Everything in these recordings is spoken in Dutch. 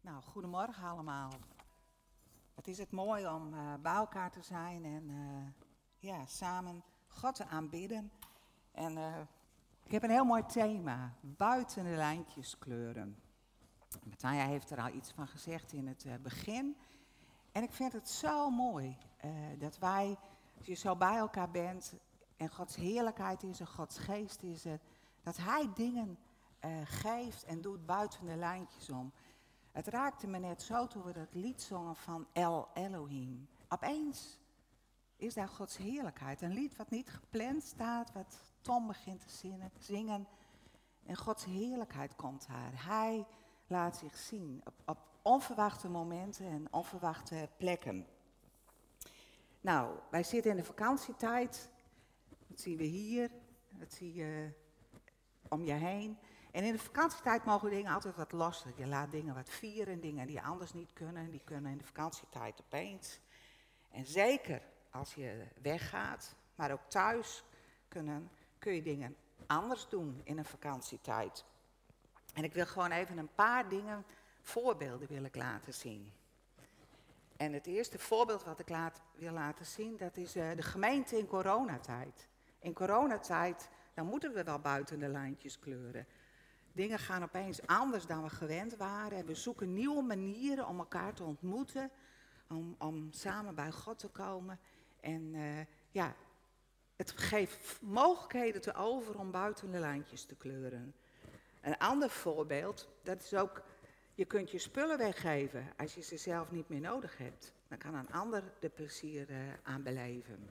Nou, goedemorgen allemaal. Wat is het mooi om bij elkaar te zijn en samen God te aanbidden. En ik heb een heel mooi thema, buiten de lijntjes kleuren. Matthija heeft er al iets van gezegd in het begin. En ik vind het zo mooi dat wij, als je zo bij elkaar bent en Gods heerlijkheid is en Gods geest is er, dat Hij dingen geeft en doet buiten de lijntjes om. Het raakte me net zo toen we dat lied zongen van El Elohim. Opeens is daar Gods heerlijkheid. Een lied wat niet gepland staat, wat Tom begint te zingen. En Gods heerlijkheid komt daar. Hij laat zich zien op onverwachte momenten en onverwachte plekken. Nou, wij zitten in de vakantietijd. Dat zien we hier, dat zie je om je heen. En in de vakantietijd mogen dingen altijd wat lossen. Je laat dingen wat vieren, dingen die anders niet kunnen. Die kunnen in de vakantietijd opeens. En zeker als je weggaat, maar ook thuis kun je dingen anders doen in een vakantietijd. En ik wil gewoon even een paar dingen, voorbeelden wil ik laten zien. En het eerste voorbeeld wat ik wil laten zien, dat is de gemeente in coronatijd. In coronatijd, dan moeten we wel buiten de lijntjes kleuren. Dingen gaan opeens anders dan we gewend waren. We zoeken nieuwe manieren om elkaar te ontmoeten. Om samen bij God te komen. En het geeft mogelijkheden te over om buiten de lijntjes te kleuren. Een ander voorbeeld, dat is ook, je kunt je spullen weggeven als je ze zelf niet meer nodig hebt. Dan kan een ander er plezier aan beleven.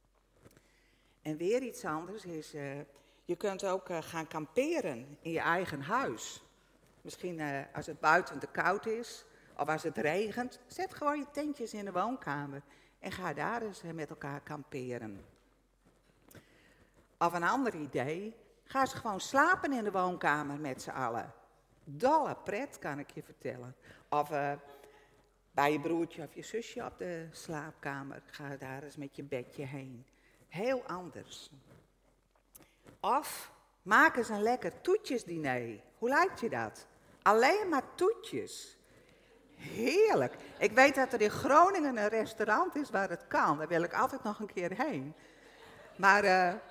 En weer iets anders is, je kunt ook gaan kamperen in je eigen huis. Misschien als het buiten te koud is of als het regent. Zet gewoon je tentjes in de woonkamer en ga daar eens met elkaar kamperen. Of een ander idee, ga eens gewoon slapen in de woonkamer met z'n allen. Dolle pret, kan ik je vertellen. Of bij je broertje of je zusje op de slaapkamer, ga daar eens met je bedje heen. Heel anders. Of maak eens een lekker toetjesdiner. Hoe lijkt je dat? Alleen maar toetjes. Heerlijk. Ik weet dat er in Groningen een restaurant is waar het kan. Daar wil ik altijd nog een keer heen. Maar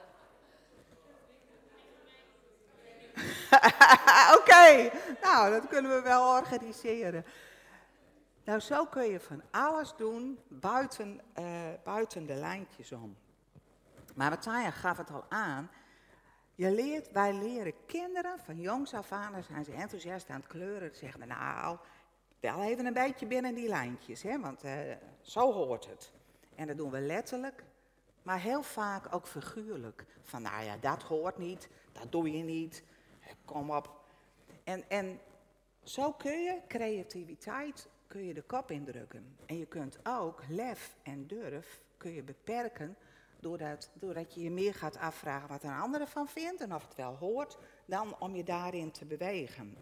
Oké, nou dat kunnen we wel organiseren. Nou, zo kun je van alles doen buiten de lijntjes om. Maar Matthija gaf het al aan. Wij leren kinderen, van jongs af aan zijn ze enthousiast aan het kleuren. Dan zeggen we, nou, wel even een beetje binnen die lijntjes, hè, want zo hoort het. En dat doen we letterlijk, maar heel vaak ook figuurlijk. Van, nou ja, dat hoort niet, dat doe je niet, kom op. En zo kun je creativiteit de kop indrukken. En je kunt ook lef en durf beperken, doordat je je meer gaat afvragen wat een ander ervan vindt en of het wel hoort, dan om je daarin te bewegen.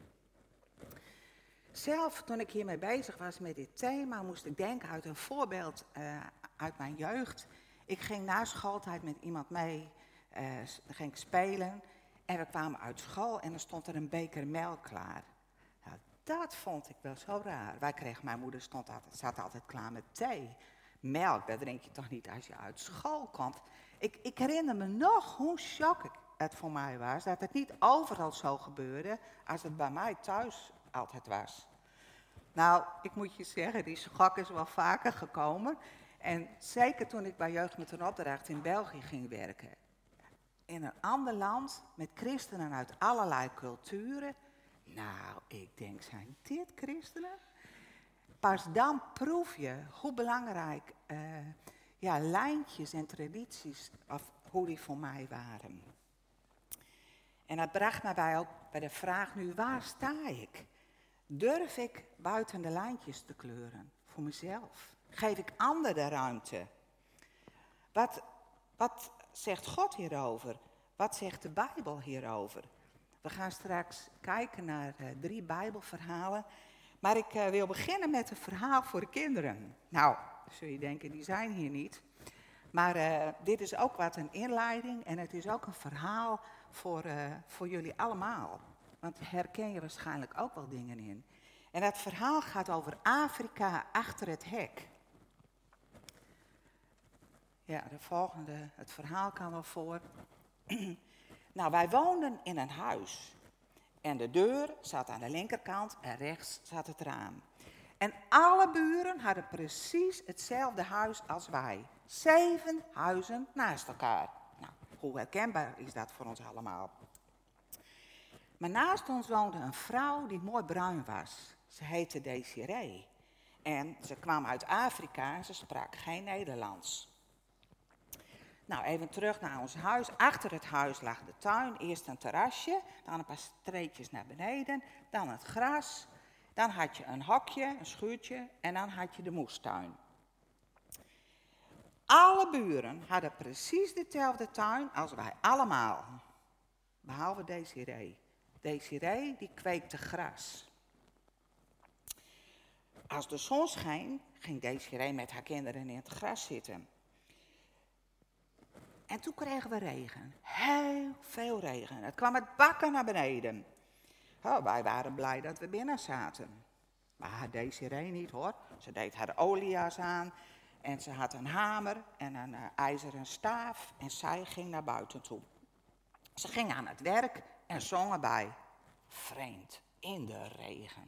Zelf, toen ik hiermee bezig was met dit thema, moest ik denken uit een voorbeeld uit mijn jeugd. Ik ging na schooltijd met iemand mee, ging ik spelen en we kwamen uit school en er stond er een beker melk klaar. Nou, dat vond ik wel zo raar. Mijn moeder zat altijd klaar met thee. Melk, dat drink je toch niet als je uit school komt. Ik herinner me nog hoe shock het voor mij was, dat het niet overal zo gebeurde als het bij mij thuis altijd was. Nou, ik moet je zeggen, die schok is wel vaker gekomen. En zeker toen ik bij Jeugd met een Opdracht in België ging werken. In een ander land, met christenen uit allerlei culturen. Nou, ik denk, zijn dit christenen? Pas dan proef je hoe belangrijk lijntjes en tradities, of hoe die voor mij waren. En dat bracht mij ook bij de vraag nu, waar sta ik? Durf ik buiten de lijntjes te kleuren voor mezelf? Geef ik anderen de ruimte? Wat zegt God hierover? Wat zegt de Bijbel hierover? We gaan straks kijken naar 3 Bijbelverhalen. Maar ik wil beginnen met een verhaal voor de kinderen. Nou, zul je denken, die zijn hier niet. Maar dit is ook wat een inleiding en het is ook een verhaal voor jullie allemaal. Want herken je waarschijnlijk ook wel dingen in. En dat verhaal gaat over Afrika achter het hek. Ja, de volgende, het verhaal kan wel voor. Nou, wij woonden in een huis. En de deur zat aan de linkerkant en rechts zat het raam. En alle buren hadden precies hetzelfde huis als wij. 7 huizen naast elkaar. Nou, hoe herkenbaar is dat voor ons allemaal? Maar naast ons woonde een vrouw die mooi bruin was. Ze heette Desiree. En ze kwam uit Afrika en ze sprak geen Nederlands. Nou, even terug naar ons huis. Achter het huis lag de tuin. Eerst een terrasje, dan een paar streetjes naar beneden, dan het gras. Dan had je een hokje, een schuurtje en dan had je de moestuin. Alle buren hadden precies dezelfde tuin als wij allemaal. Behalve Desiree. Desiree die kweekte gras. Als de zon scheen, ging Desiree met haar kinderen in het gras zitten. En toen kregen we regen. Heel veel regen. Het kwam met bakken naar beneden. Oh, wij waren blij dat we binnen zaten. Maar Desiree niet hoor. Ze deed haar olia's aan. En ze had een hamer en een ijzeren staaf. En zij ging naar buiten toe. Ze ging aan het werk en zong erbij. Vreemd, in de regen.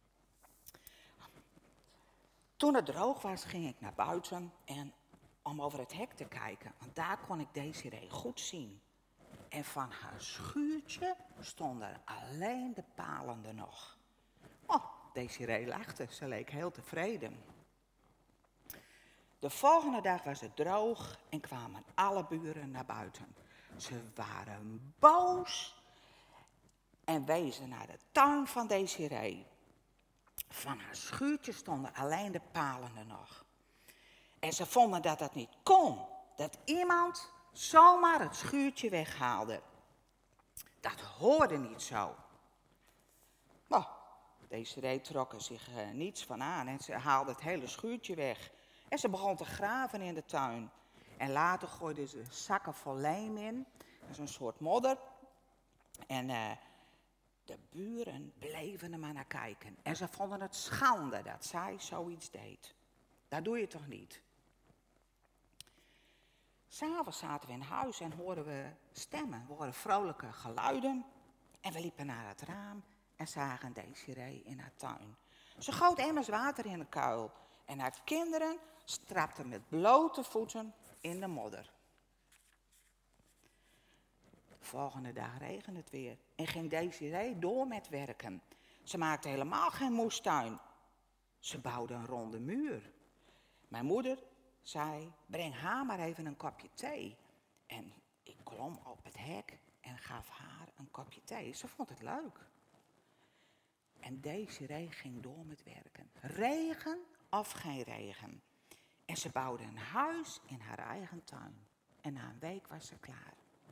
Toen het droog was, ging ik naar buiten en om over het hek te kijken. Want daar kon ik Desiree goed zien. En van haar schuurtje stonden alleen de palen er nog. Oh, Desiree lachte. Ze leek heel tevreden. De volgende dag was het droog en kwamen alle buren naar buiten. Ze waren boos en wezen naar de tuin van Desiree. Van haar schuurtje stonden alleen de palen er nog. En ze vonden dat dat niet kon. Dat iemand zomaar het schuurtje weghaalde. Dat hoorde niet zo. Nou, Desiree trok er zich niets van aan en ze haalde het hele schuurtje weg. En ze begon te graven in de tuin. En later gooide ze zakken vol leem in. Dat is een soort modder. En de buren bleven er maar naar kijken. En ze vonden het schande dat zij zoiets deed. Dat doe je toch niet? 'S'avonds zaten we in huis en hoorden we stemmen. We hoorden vrolijke geluiden. En we liepen naar het raam en zagen Desiree in haar tuin. Ze goot emmers water in een kuil. En haar kinderen strapten met blote voeten in de modder. De volgende dag regende het weer en ging Desiree door met werken. Ze maakte helemaal geen moestuin. Ze bouwde een ronde muur. Mijn moeder zei, breng haar maar even een kopje thee. En ik klom op het hek en gaf haar een kopje thee. Ze vond het leuk. En Desiree ging door met werken. Regen of geen regen. En ze bouwde een huis in haar eigen tuin. En na een week was ze klaar.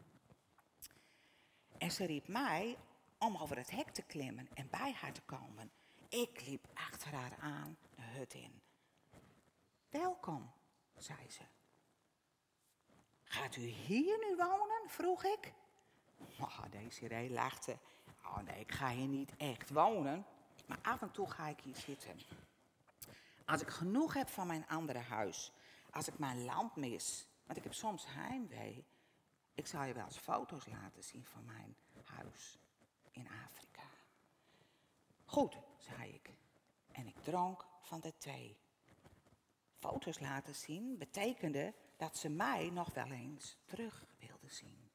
En ze riep mij om over het hek te klimmen en bij haar te komen. Ik liep achter haar aan de hut in. Welkom, zei ze. Gaat u hier nu wonen, vroeg ik. Oh, Desiree lachte. Oh nee, ik ga hier niet echt wonen, maar af en toe ga ik hier zitten. Als ik genoeg heb van mijn andere huis, als ik mijn land mis, want ik heb soms heimwee, ik zal je wel eens foto's laten zien van mijn huis in Afrika. Goed, zei ik. En ik dronk van de thee. Foto's laten zien betekende dat ze mij nog wel eens terug wilde zien.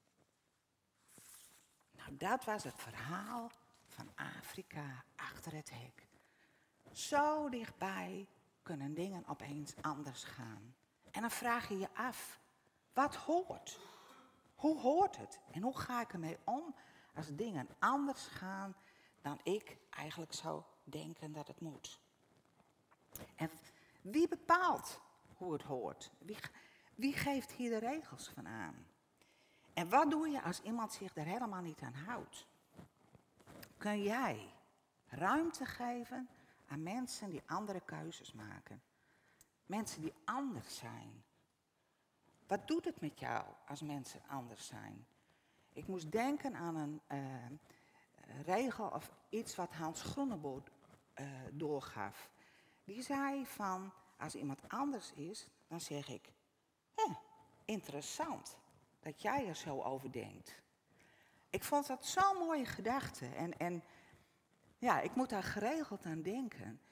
Nou, dat was het verhaal van Afrika achter het hek. Zo dichtbij kunnen dingen opeens anders gaan. En dan vraag je je af, wat hoort? Hoe hoort het? En hoe ga ik ermee om als dingen anders gaan dan ik eigenlijk zou denken dat het moet? En wie bepaalt hoe het hoort? Wie geeft hier de regels van aan? En wat doe je als iemand zich er helemaal niet aan houdt? Kun jij ruimte geven aan mensen die andere keuzes maken? Mensen die anders zijn. Wat doet het met jou als mensen anders zijn? Ik moest denken aan een regel of iets wat Hans Groeneboer doorgaf. Die zei van, als iemand anders is, dan zeg ik, interessant dat jij er zo over denkt. Ik vond dat zo'n mooie gedachte en ja, ik moet daar geregeld aan denken.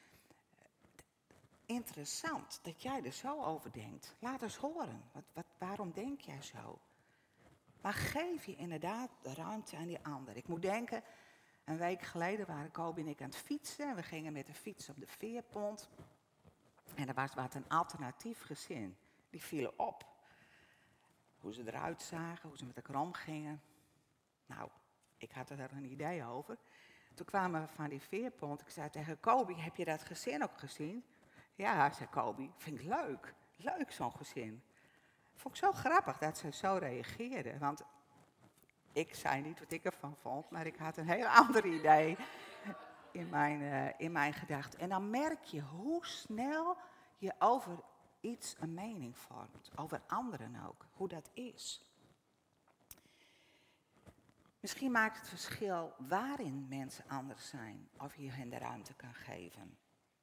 Interessant dat jij er zo over denkt. Laat eens horen, waarom denk jij zo? Maar geef je inderdaad de ruimte aan die ander. Ik moet denken, een week geleden waren Kobe en ik aan het fietsen. We gingen met de fiets op de veerpont. En er was wat een alternatief gezin. Die vielen op. Hoe ze eruit zagen, hoe ze met elkaar omgingen. Nou, ik had er daar een idee over. Toen kwamen we van die veerpont. Ik zei tegen Kobe, heb je dat gezin ook gezien? Ja, zei Kobe, vind ik leuk. Leuk zo'n gezin. Vond ik zo grappig dat ze zo reageerden. Want ik zei niet wat ik ervan vond, maar ik had een heel ander idee in mijn gedachten. En dan merk je hoe snel je over iets een mening vormt. Over anderen ook, hoe dat is. Misschien maakt het verschil waarin mensen anders zijn, of je hen de ruimte kan geven.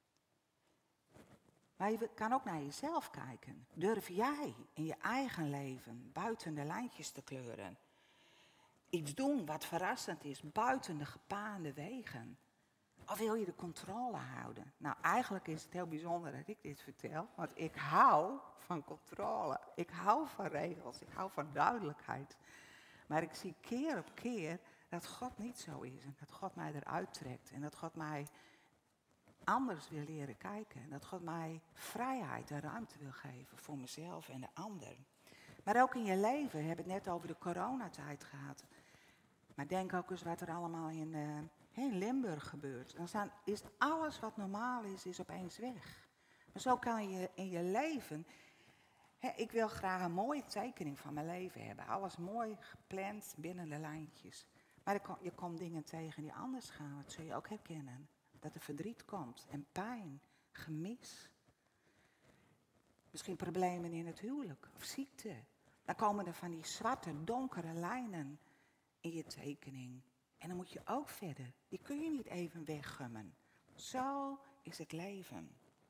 Maar je kan ook naar jezelf kijken. Durf jij in je eigen leven buiten de lijntjes te kleuren? Iets doen wat verrassend is, buiten de gebaande wegen? Of wil je de controle houden? Nou, eigenlijk is het heel bijzonder dat ik dit vertel, want ik hou van controle. Ik hou van regels, ik hou van duidelijkheid. Maar ik zie keer op keer dat God niet zo is en dat God mij eruit trekt en dat God mij anders wil leren kijken. En dat God mij vrijheid en ruimte wil geven voor mezelf en de ander. Maar ook in je leven, we hebben het net over de coronatijd gehad. Maar denk ook eens wat er allemaal in Limburg gebeurt. Dan is alles wat normaal is opeens weg. Maar zo kan je in je leven. Ik wil graag een mooie tekening van mijn leven hebben. Alles mooi gepland binnen de lijntjes. Maar je komt dingen tegen die anders gaan. Dat zul je ook herkennen. Dat er verdriet komt en pijn, gemis. Misschien problemen in het huwelijk of ziekte. Dan komen er van die zwarte, donkere lijnen in je tekening. En dan moet je ook verder. Die kun je niet even weggummen. Zo is het leven.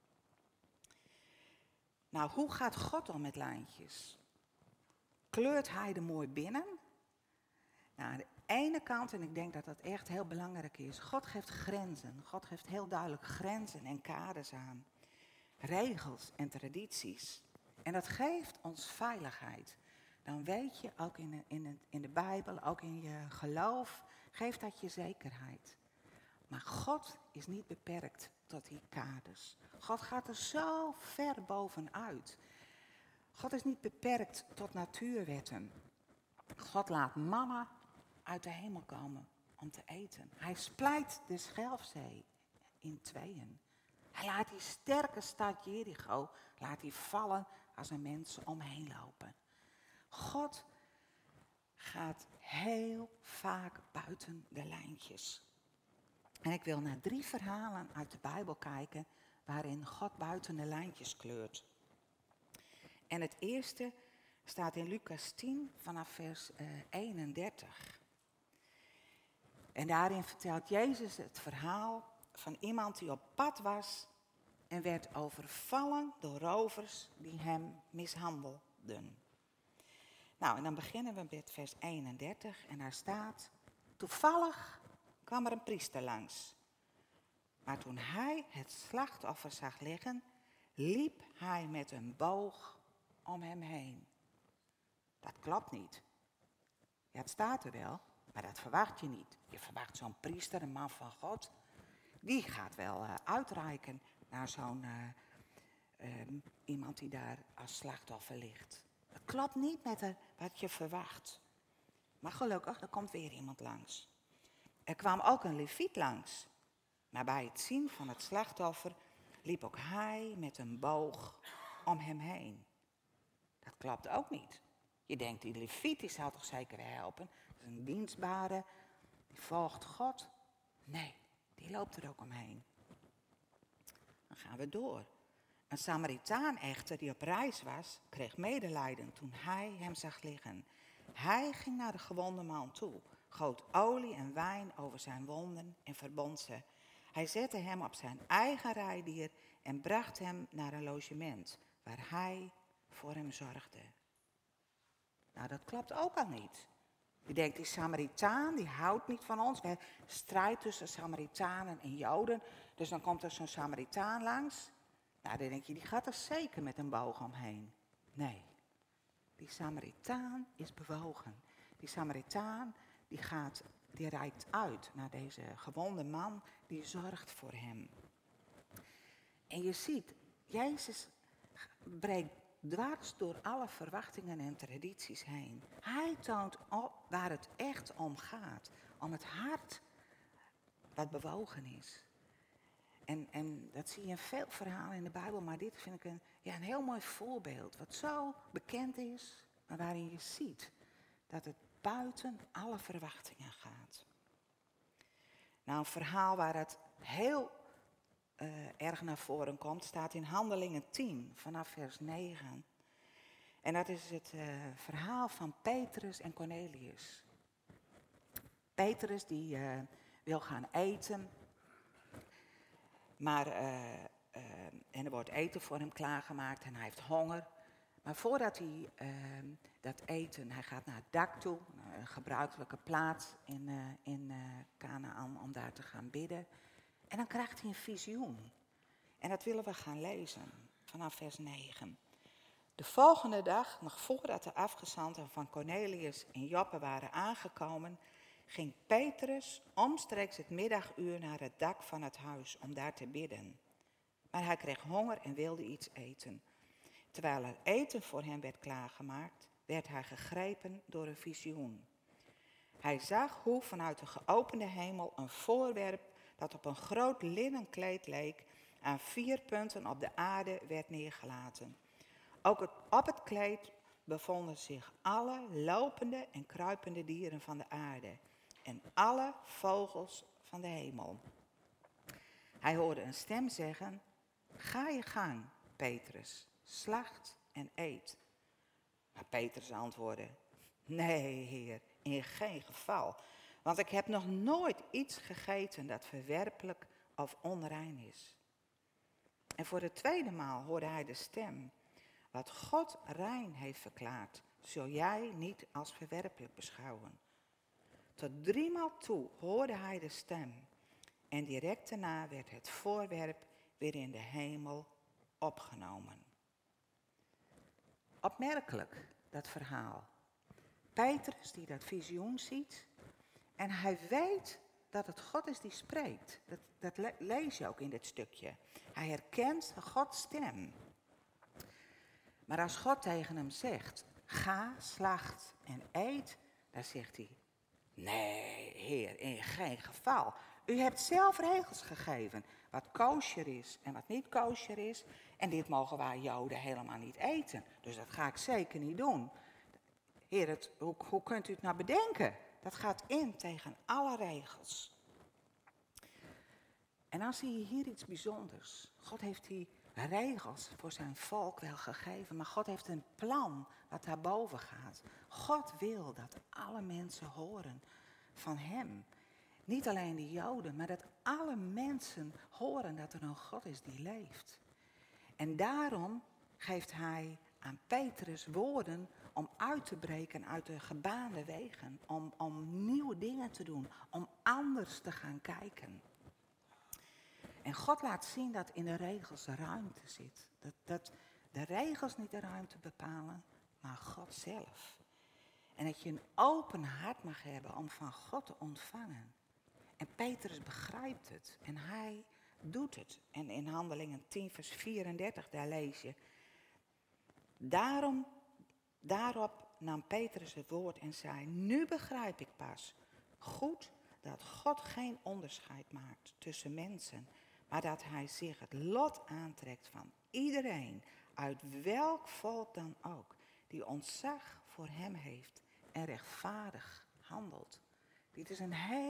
Nou, hoe gaat God om met lijntjes? Kleurt hij er mooi binnen? Nou, aan de ene kant, en ik denk dat dat echt heel belangrijk is, God geeft grenzen. God geeft heel duidelijk grenzen en kaders aan. Regels en tradities. En dat geeft ons veiligheid. Dan weet je, ook in de Bijbel, ook in je geloof, geeft dat je zekerheid. Maar God is niet beperkt tot die kaders. God gaat er zo ver bovenuit. God is niet beperkt tot natuurwetten. God laat manna uit de hemel komen om te eten. Hij splijt de Schelfzee in tweeën. Hij laat die sterke stad Jericho vallen als er mensen omheen lopen. God gaat heel vaak buiten de lijntjes. En ik wil naar 3 verhalen uit de Bijbel kijken waarin God buiten de lijntjes kleurt. En het eerste staat in Lucas 10 vanaf vers 31. En daarin vertelt Jezus het verhaal van iemand die op pad was en werd overvallen door rovers die hem mishandelden. Nou, en dan beginnen we met vers 31 en daar staat: toevallig kwam er een priester langs. Maar toen hij het slachtoffer zag liggen, liep hij met een boog om hem heen. Dat klopt niet. Ja, het staat er wel, maar dat verwacht je niet. Je verwacht zo'n priester, een man van God, die gaat wel uitreiken naar zo'n iemand die daar als slachtoffer ligt. Dat klopt niet met wat je verwacht. Maar gelukkig, er komt weer iemand langs. Er kwam ook een leviet langs. Maar bij het zien van het slachtoffer liep ook hij met een boog om hem heen. Dat klopt ook niet. Je denkt, die leviet die zal toch zeker helpen? Dat is een dienstbare, die volgt God. Nee, die loopt er ook omheen. Dan gaan we door. Een Samaritaan echter die op reis was, kreeg medelijden toen hij hem zag liggen. Hij ging naar de gewonde man toe, goot olie en wijn over zijn wonden en verbond ze. Hij zette hem op zijn eigen rijdier en bracht hem naar een logement waar hij voor hem zorgde. Nou, dat klopt ook al niet. Je denkt, die Samaritaan, die houdt niet van ons. We hebben strijd tussen Samaritanen en Joden. Dus dan komt er zo'n Samaritaan langs. Nou, dan denk je, die gaat er zeker met een boog omheen. Nee, die Samaritaan is bewogen. Die Samaritaan, die reikt uit naar deze gewonde man, die zorgt voor hem. En je ziet, Jezus breekt dwars door alle verwachtingen en tradities heen. Hij toont op waar het echt om gaat. Om het hart wat bewogen is. En dat zie je in veel verhalen in de Bijbel. Maar dit vind ik een heel mooi voorbeeld. Wat zo bekend is, maar waarin je ziet dat het buiten alle verwachtingen gaat. Nou, een verhaal waar het heel erg naar voren komt, staat in Handelingen 10, vanaf vers 9. En dat is het verhaal van Petrus en Cornelius. Petrus die wil gaan eten, maar en er wordt eten voor hem klaargemaakt en hij heeft honger. Maar voordat hij dat eten, hij gaat naar het dak toe, een gebruikelijke plaats in Kanaan om daar te gaan bidden. En dan krijgt hij een visioen. En dat willen we gaan lezen, vanaf vers 9. De volgende dag, nog voordat de afgezanten van Cornelius en Joppe waren aangekomen, ging Petrus omstreeks het middaguur naar het dak van het huis om daar te bidden. Maar hij kreeg honger en wilde iets eten. Terwijl er eten voor hem werd klaargemaakt, werd hij gegrepen door een visioen. Hij zag hoe vanuit de geopende hemel een voorwerp dat op een groot linnenkleed leek, aan 4 punten op de aarde werd neergelaten. Ook op het kleed bevonden zich alle lopende en kruipende dieren van de aarde en alle vogels van de hemel. Hij hoorde een stem zeggen: ga je gang, Petrus, slacht en eet. Maar Petrus antwoordde: nee, Heer, in geen geval. Want ik heb nog nooit iets gegeten dat verwerpelijk of onrein is. En voor de tweede maal hoorde hij de stem: wat God rein heeft verklaard, zul jij niet als verwerpelijk beschouwen. Tot 3 maal toe hoorde hij de stem. En direct daarna werd het voorwerp weer in de hemel opgenomen. Opmerkelijk, dat verhaal. Petrus die dat visioen ziet. En hij weet dat het God is die spreekt. Dat lees je ook in dit stukje. Hij herkent Gods stem. Maar als God tegen hem zegt: ga, slacht en eet, dan zegt hij: nee, Heer, in geen geval. U hebt zelf regels gegeven wat kosher is en wat niet kosher is. En dit mogen wij Joden helemaal niet eten. Dus dat ga ik zeker niet doen. Heer, hoe kunt u het nou bedenken? Dat gaat in tegen alle regels. En dan zie je hier iets bijzonders. God heeft die regels voor zijn volk wel gegeven, maar God heeft een plan wat daarboven gaat. God wil dat alle mensen horen van hem. Niet alleen de Joden, maar dat alle mensen horen dat er een God is die leeft. En daarom geeft hij aan Petrus woorden om uit te breken uit de gebaande wegen. Om nieuwe dingen te doen, om anders te gaan kijken. En God laat zien dat in de regels ruimte zit. Dat de regels niet de ruimte bepalen, maar God zelf. En dat je een open hart mag hebben om van God te ontvangen. En Petrus begrijpt het en hij doet het. En in Handelingen 10 vers 34 daar lees je: daarop nam Petrus het woord en zei: nu begrijp ik pas goed dat God geen onderscheid maakt tussen mensen, maar dat hij zich het lot aantrekt van iedereen, uit welk volk dan ook, die ontzag voor hem heeft en rechtvaardig handelt. Dit is een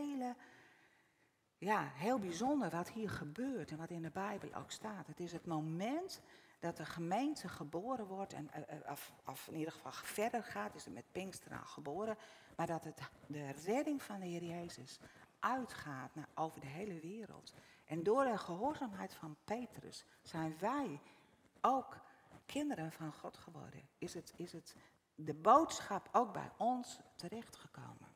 heel bijzonder wat hier gebeurt en wat in de Bijbel ook staat. Het is het moment dat de gemeente geboren wordt, en, of in ieder geval verder gaat, is het met Pinksteren al geboren, maar dat de redding van de Heer Jezus uitgaat over de hele wereld. En door de gehoorzaamheid van Petrus zijn wij ook kinderen van God geworden. Is het de boodschap ook bij ons terechtgekomen.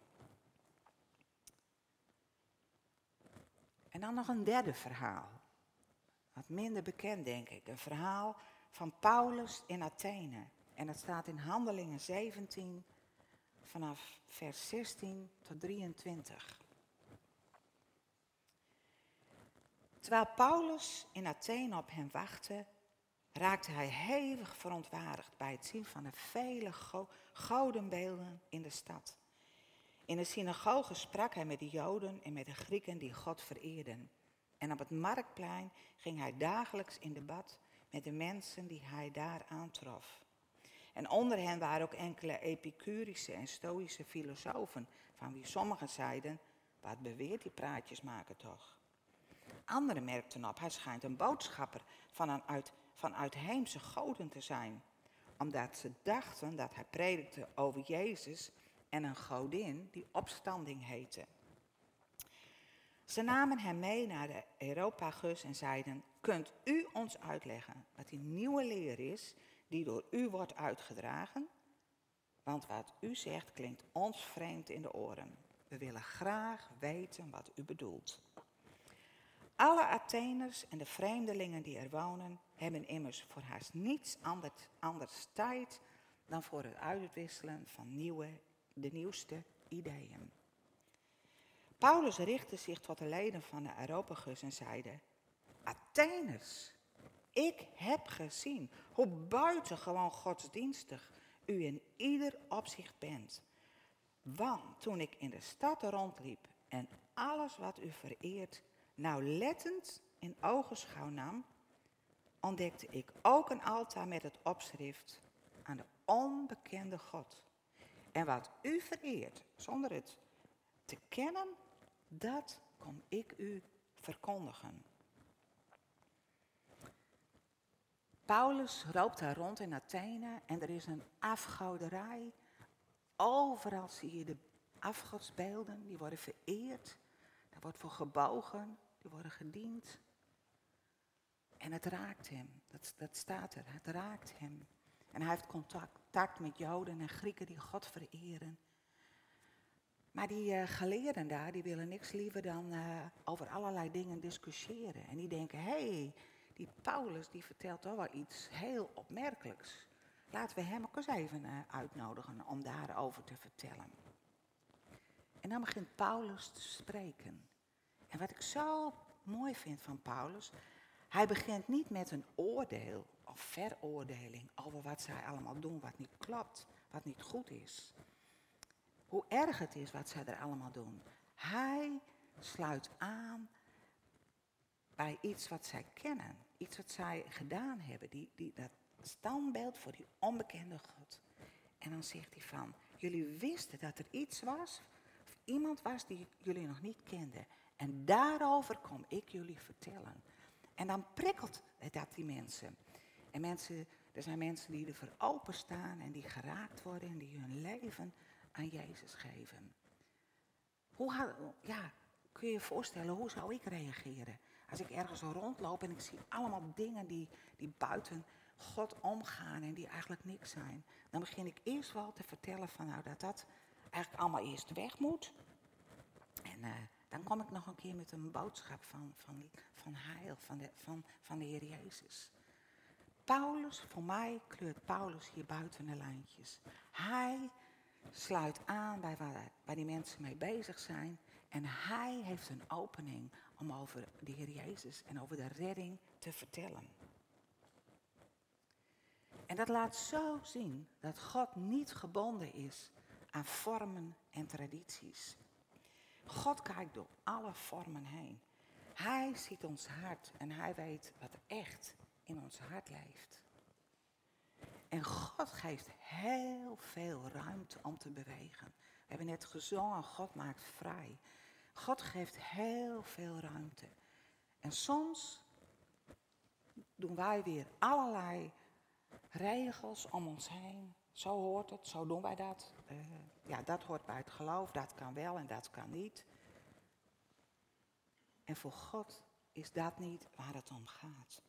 En dan nog een derde verhaal. Wat minder bekend, denk ik. Een verhaal van Paulus in Athene. En dat staat in Handelingen 17, vanaf vers 16 tot 23. Terwijl Paulus in Athene op hem wachtte, raakte hij hevig verontwaardigd bij het zien van de vele godenbeelden in de stad. In de synagoge sprak hij met de Joden en met de Grieken die God vereerden. En op het marktplein ging hij dagelijks in debat met de mensen die hij daar aantrof. En onder hen waren ook enkele Epicurische en Stoïsche filosofen, van wie sommigen zeiden, wat beweert die praatjes maken toch? Anderen merkten op, hij schijnt een boodschapper van uitheemse goden te zijn. Omdat ze dachten dat hij predikte over Jezus en een godin die opstanding heette. Ze namen hem mee naar de Areopagus en zeiden, kunt u ons uitleggen wat die nieuwe leer is die door u wordt uitgedragen? Want wat u zegt klinkt ons vreemd in de oren. We willen graag weten wat u bedoelt. Alle Atheners en de vreemdelingen die er wonen, hebben immers voor haast niets anders tijd dan voor het uitwisselen van de nieuwste ideeën. Paulus richtte zich tot de leden van de Areopagus en zeide, Atheners, ik heb gezien hoe buitengewoon godsdienstig u in ieder opzicht bent. Want toen ik in de stad rondliep en alles wat u vereert nauwlettend in ogenschouw nam, ontdekte ik ook een altaar met het opschrift aan de onbekende God. En wat u vereert, zonder het te kennen, dat kom ik u verkondigen. Paulus loopt daar rond in Athene en er is een afgoderij. Overal zie je de afgodsbeelden, die worden vereerd. Daar wordt voor gebogen, die worden gediend. En het raakt hem, dat staat er, het raakt hem. En hij heeft contact met Joden en Grieken die God vereren. Maar die geleerden daar, die willen niks liever dan over allerlei dingen discussiëren. En die denken, hé, die Paulus die vertelt toch wel iets heel opmerkelijks. Laten we hem ook eens even uitnodigen om daarover te vertellen. En dan begint Paulus te spreken. En wat ik zo mooi vind van Paulus, hij begint niet met een oordeel of veroordeling over wat zij allemaal doen, wat niet klopt, wat niet goed is. Hoe erg het is wat zij er allemaal doen. Hij sluit aan bij iets wat zij kennen, iets wat zij gedaan hebben, dat standbeeld voor die onbekende God. En dan zegt hij van, jullie wisten dat er iets was, of iemand was die jullie nog niet kenden. En daarover kom ik jullie vertellen. En dan prikkelt dat die mensen. En er zijn mensen die ervoor openstaan en die geraakt worden en die hun leven aan Jezus geven. Kun je je voorstellen, hoe zou ik reageren? Als ik ergens zo rondloop en ik zie allemaal dingen die buiten God omgaan en die eigenlijk niks zijn. Dan begin ik eerst wel te vertellen van dat eigenlijk allemaal eerst weg moet. En dan kom ik nog een keer met een boodschap van heil, van de Heer Jezus. Voor mij kleurt Paulus hier buiten de lijntjes. Hij sluit aan bij waar die mensen mee bezig zijn. En hij heeft een opening om over de Heer Jezus en over de redding te vertellen. En dat laat zo zien dat God niet gebonden is aan vormen en tradities. God kijkt door alle vormen heen. Hij ziet ons hart en hij weet wat echt in ons hart leeft. En God geeft heel veel ruimte om te bewegen. We hebben net gezongen, God maakt vrij. God geeft heel veel ruimte. En soms doen wij weer allerlei regels om ons heen. Zo hoort het, zo doen wij dat. Dat hoort bij het geloof, dat kan wel en dat kan niet. En voor God is dat niet waar het om gaat.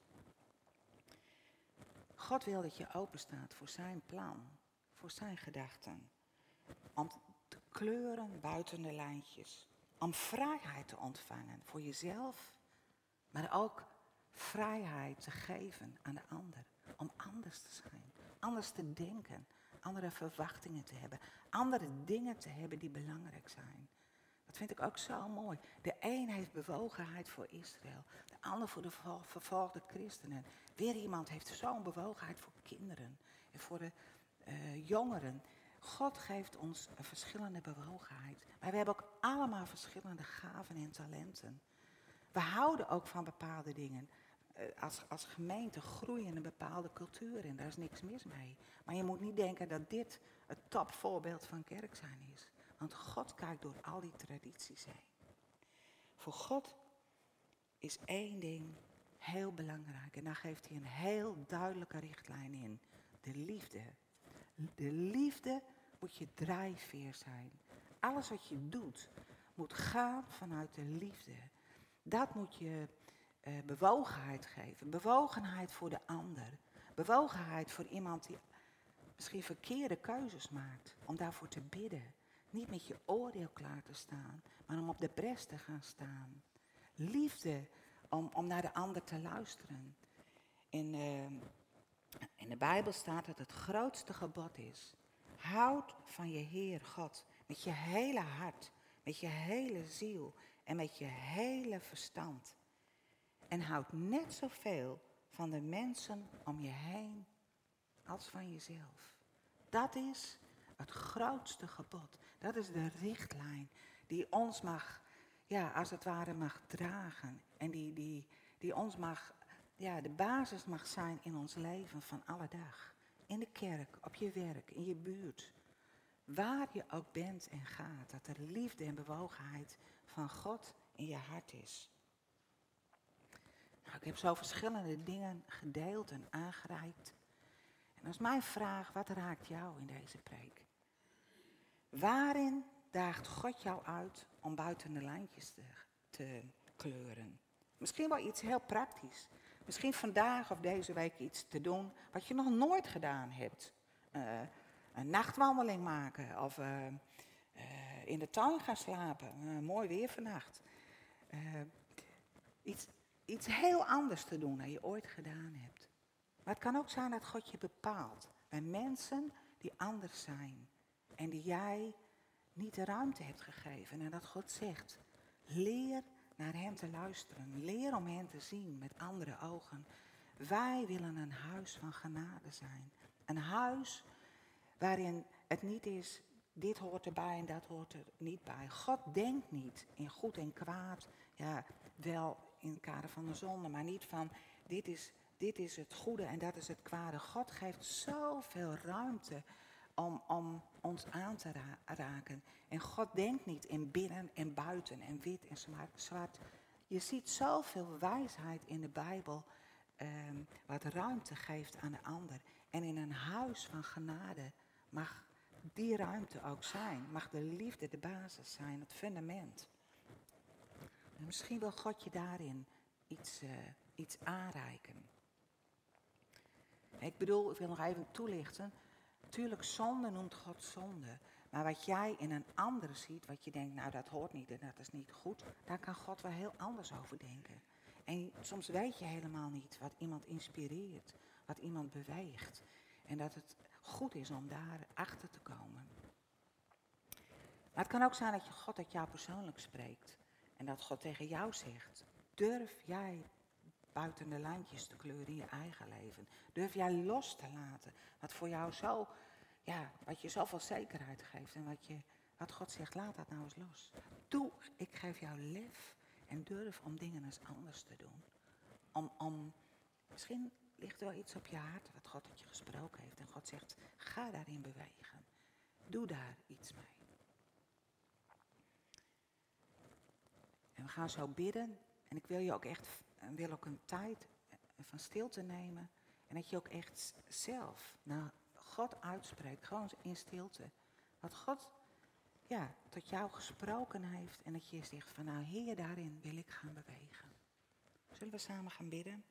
God wil dat je openstaat voor zijn plan, voor zijn gedachten. Om te kleuren buiten de lijntjes. Om vrijheid te ontvangen voor jezelf, maar ook vrijheid te geven aan de ander. Om anders te zijn, anders te denken, andere verwachtingen te hebben, andere dingen te hebben die belangrijk zijn. Dat vind ik ook zo mooi. De een heeft bewogenheid voor Israël, de ander voor de vervolgde christenen. Weer iemand heeft zo'n bewogenheid voor kinderen en voor de jongeren. God geeft ons een verschillende bewogenheid. Maar we hebben ook allemaal verschillende gaven en talenten. We houden ook van bepaalde dingen. Als gemeente groeien een bepaalde cultuur en daar is niks mis mee. Maar je moet niet denken dat dit het topvoorbeeld van kerk zijn is. Want God kijkt door al die tradities heen. Voor God is één ding heel belangrijk. En daar geeft hij een heel duidelijke richtlijn in. De liefde. De liefde moet je drijfveer zijn. Alles wat je doet moet gaan vanuit de liefde. Dat moet je bewogenheid geven. Bewogenheid voor de ander. Bewogenheid voor iemand die misschien verkeerde keuzes maakt. Om daarvoor te bidden. Niet met je oordeel klaar te staan, maar om op de bres te gaan staan. Liefde om naar de ander te luisteren. In de Bijbel staat dat het grootste gebod is. Houd van je Heer God met je hele hart, met je hele ziel en met je hele verstand. En houd net zoveel van de mensen om je heen als van jezelf. Dat is het grootste gebod. Dat is de richtlijn die ons mag, als het ware mag dragen. En die ons mag, de basis mag zijn in ons leven van alle dag. In de kerk, op je werk, in je buurt. Waar je ook bent en gaat. Dat er liefde en bewogenheid van God in je hart is. Nou, ik heb zo verschillende dingen gedeeld en aangereikt. En dat is mijn vraag, wat raakt jou in deze preek? Waarin daagt God jou uit om buiten de lijntjes te kleuren? Misschien wel iets heel praktisch. Misschien vandaag of deze week iets te doen wat je nog nooit gedaan hebt. Een nachtwandeling maken of in de tuin gaan slapen. Mooi weer vannacht. Iets heel anders te doen dan je ooit gedaan hebt. Maar het kan ook zijn dat God je bepaalt bij mensen die anders zijn. En die jij niet de ruimte hebt gegeven. En dat God zegt, leer naar hem te luisteren. Leer om hem te zien met andere ogen. Wij willen een huis van genade zijn. Een huis waarin het niet is, dit hoort erbij en dat hoort er niet bij. God denkt niet in goed en kwaad. Ja, wel in het kader van de zonde, maar niet van dit is het goede en dat is het kwade. God geeft zoveel ruimte om ons aan te raken. En God denkt niet in binnen en buiten en wit en zwart. Je ziet zoveel wijsheid in de Bijbel wat ruimte geeft aan de ander. En in een huis van genade mag die ruimte ook zijn. Mag de liefde de basis zijn, het fundament. En misschien wil God je daarin iets aanreiken. Ik wil nog even toelichten. Natuurlijk, zonde noemt God zonde. Maar wat jij in een ander ziet, wat je denkt, nou dat hoort niet en dat is niet goed, daar kan God wel heel anders over denken. En soms weet je helemaal niet wat iemand inspireert, wat iemand beweegt. En dat het goed is om daar achter te komen. Maar het kan ook zijn dat God uit jou persoonlijk spreekt. En dat God tegen jou zegt, durf jij buiten de lijntjes te kleuren in je eigen leven. Durf jij los te laten. Wat voor jou wat je zoveel zekerheid geeft. En wat God zegt, laat dat nou eens los. Ik geef jou lef en durf om dingen eens anders te doen. Misschien ligt er wel iets op je hart wat God tot je gesproken heeft. En God zegt, ga daarin bewegen. Doe daar iets mee. En we gaan zo bidden. En ik wil je ook echt een tijd van stilte nemen. En dat je ook echt zelf naar God uitspreekt. Gewoon in stilte. Wat God tot jou gesproken heeft. En dat je zegt van nou Heer, daarin wil ik gaan bewegen. Zullen we samen gaan bidden?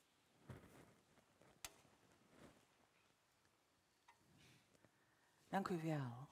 Dank u wel.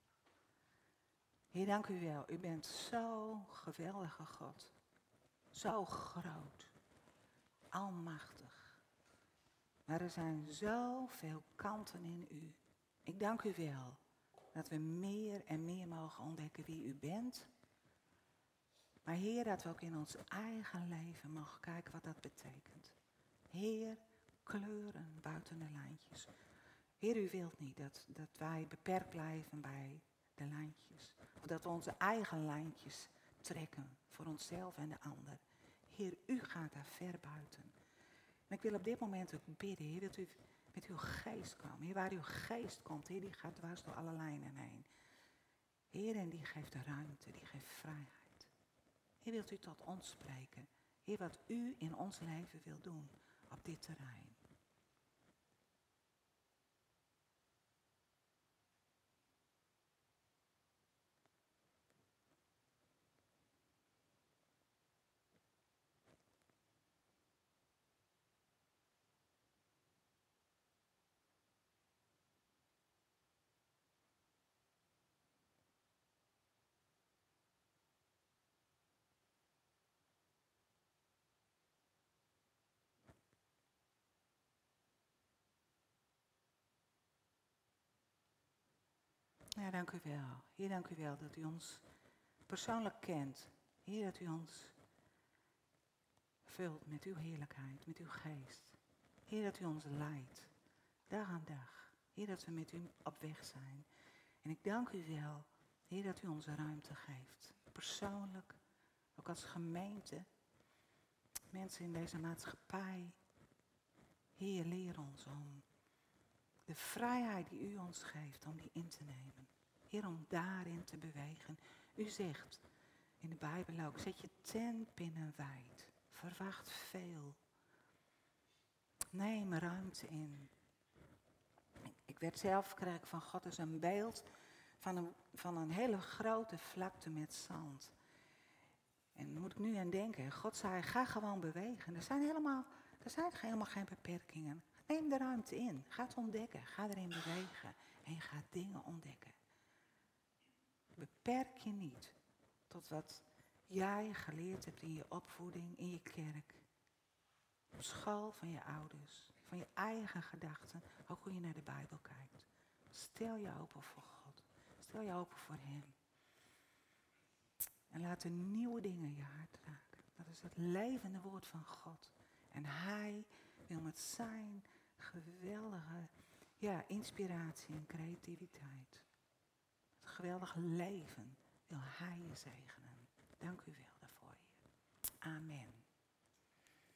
Heer, dank u wel. U bent zo geweldige God. Zo groot. Almachtig. Maar er zijn zoveel kanten in u. Ik dank u wel dat we meer en meer mogen ontdekken wie u bent. Maar Heer, dat we ook in ons eigen leven mogen kijken wat dat betekent. Heer, kleuren buiten de lijntjes. Heer, u wilt niet dat wij beperkt blijven bij de lijntjes. Of dat we onze eigen lijntjes trekken voor onszelf en de ander. Heer, u gaat daar ver buiten. En ik wil op dit moment ook bidden, Heer, dat u met uw geest komt. Heer, waar uw geest komt, Heer, die gaat dwars door alle lijnen heen. Heer, en die geeft de ruimte, die geeft vrijheid. Heer, wilt u tot ons spreken. Heer, wat u in ons leven wil doen op dit terrein. Ja, dank u wel. Heer, dank u wel dat u ons persoonlijk kent. Heer, dat u ons vult met uw heerlijkheid, met uw geest. Heer, dat u ons leidt, dag aan dag. Heer, dat we met u op weg zijn. En ik dank u wel, Heer, dat u ons ruimte geeft. Persoonlijk, ook als gemeente, mensen in deze maatschappij. Heer, leer ons om de vrijheid die u ons geeft, om die in te nemen. Heer, om daarin te bewegen. U zegt in de Bijbel ook, zet je tent binnen wijd. Verwacht veel. Neem ruimte in. Ik werd zelf, kreeg ik van God dus een beeld van een hele grote vlakte met zand. En daar moet ik nu aan denken. God zei, ga gewoon bewegen. Er zijn helemaal geen beperkingen. Neem de ruimte in. Ga het ontdekken. Ga erin bewegen. En je gaat dingen ontdekken. Beperk je niet tot wat jij geleerd hebt in je opvoeding, in je kerk. Op school van je ouders. Van je eigen gedachten. Ook hoe je naar de Bijbel kijkt. Stel je open voor God. Stel je open voor Hem. En laat de nieuwe dingen je hart raken. Dat is het levende woord van God. En Hij wil met zijn geweldige inspiratie en creativiteit. Het geweldige leven wil Hij je zegenen. Dank u wel daarvoor, Heer. Amen.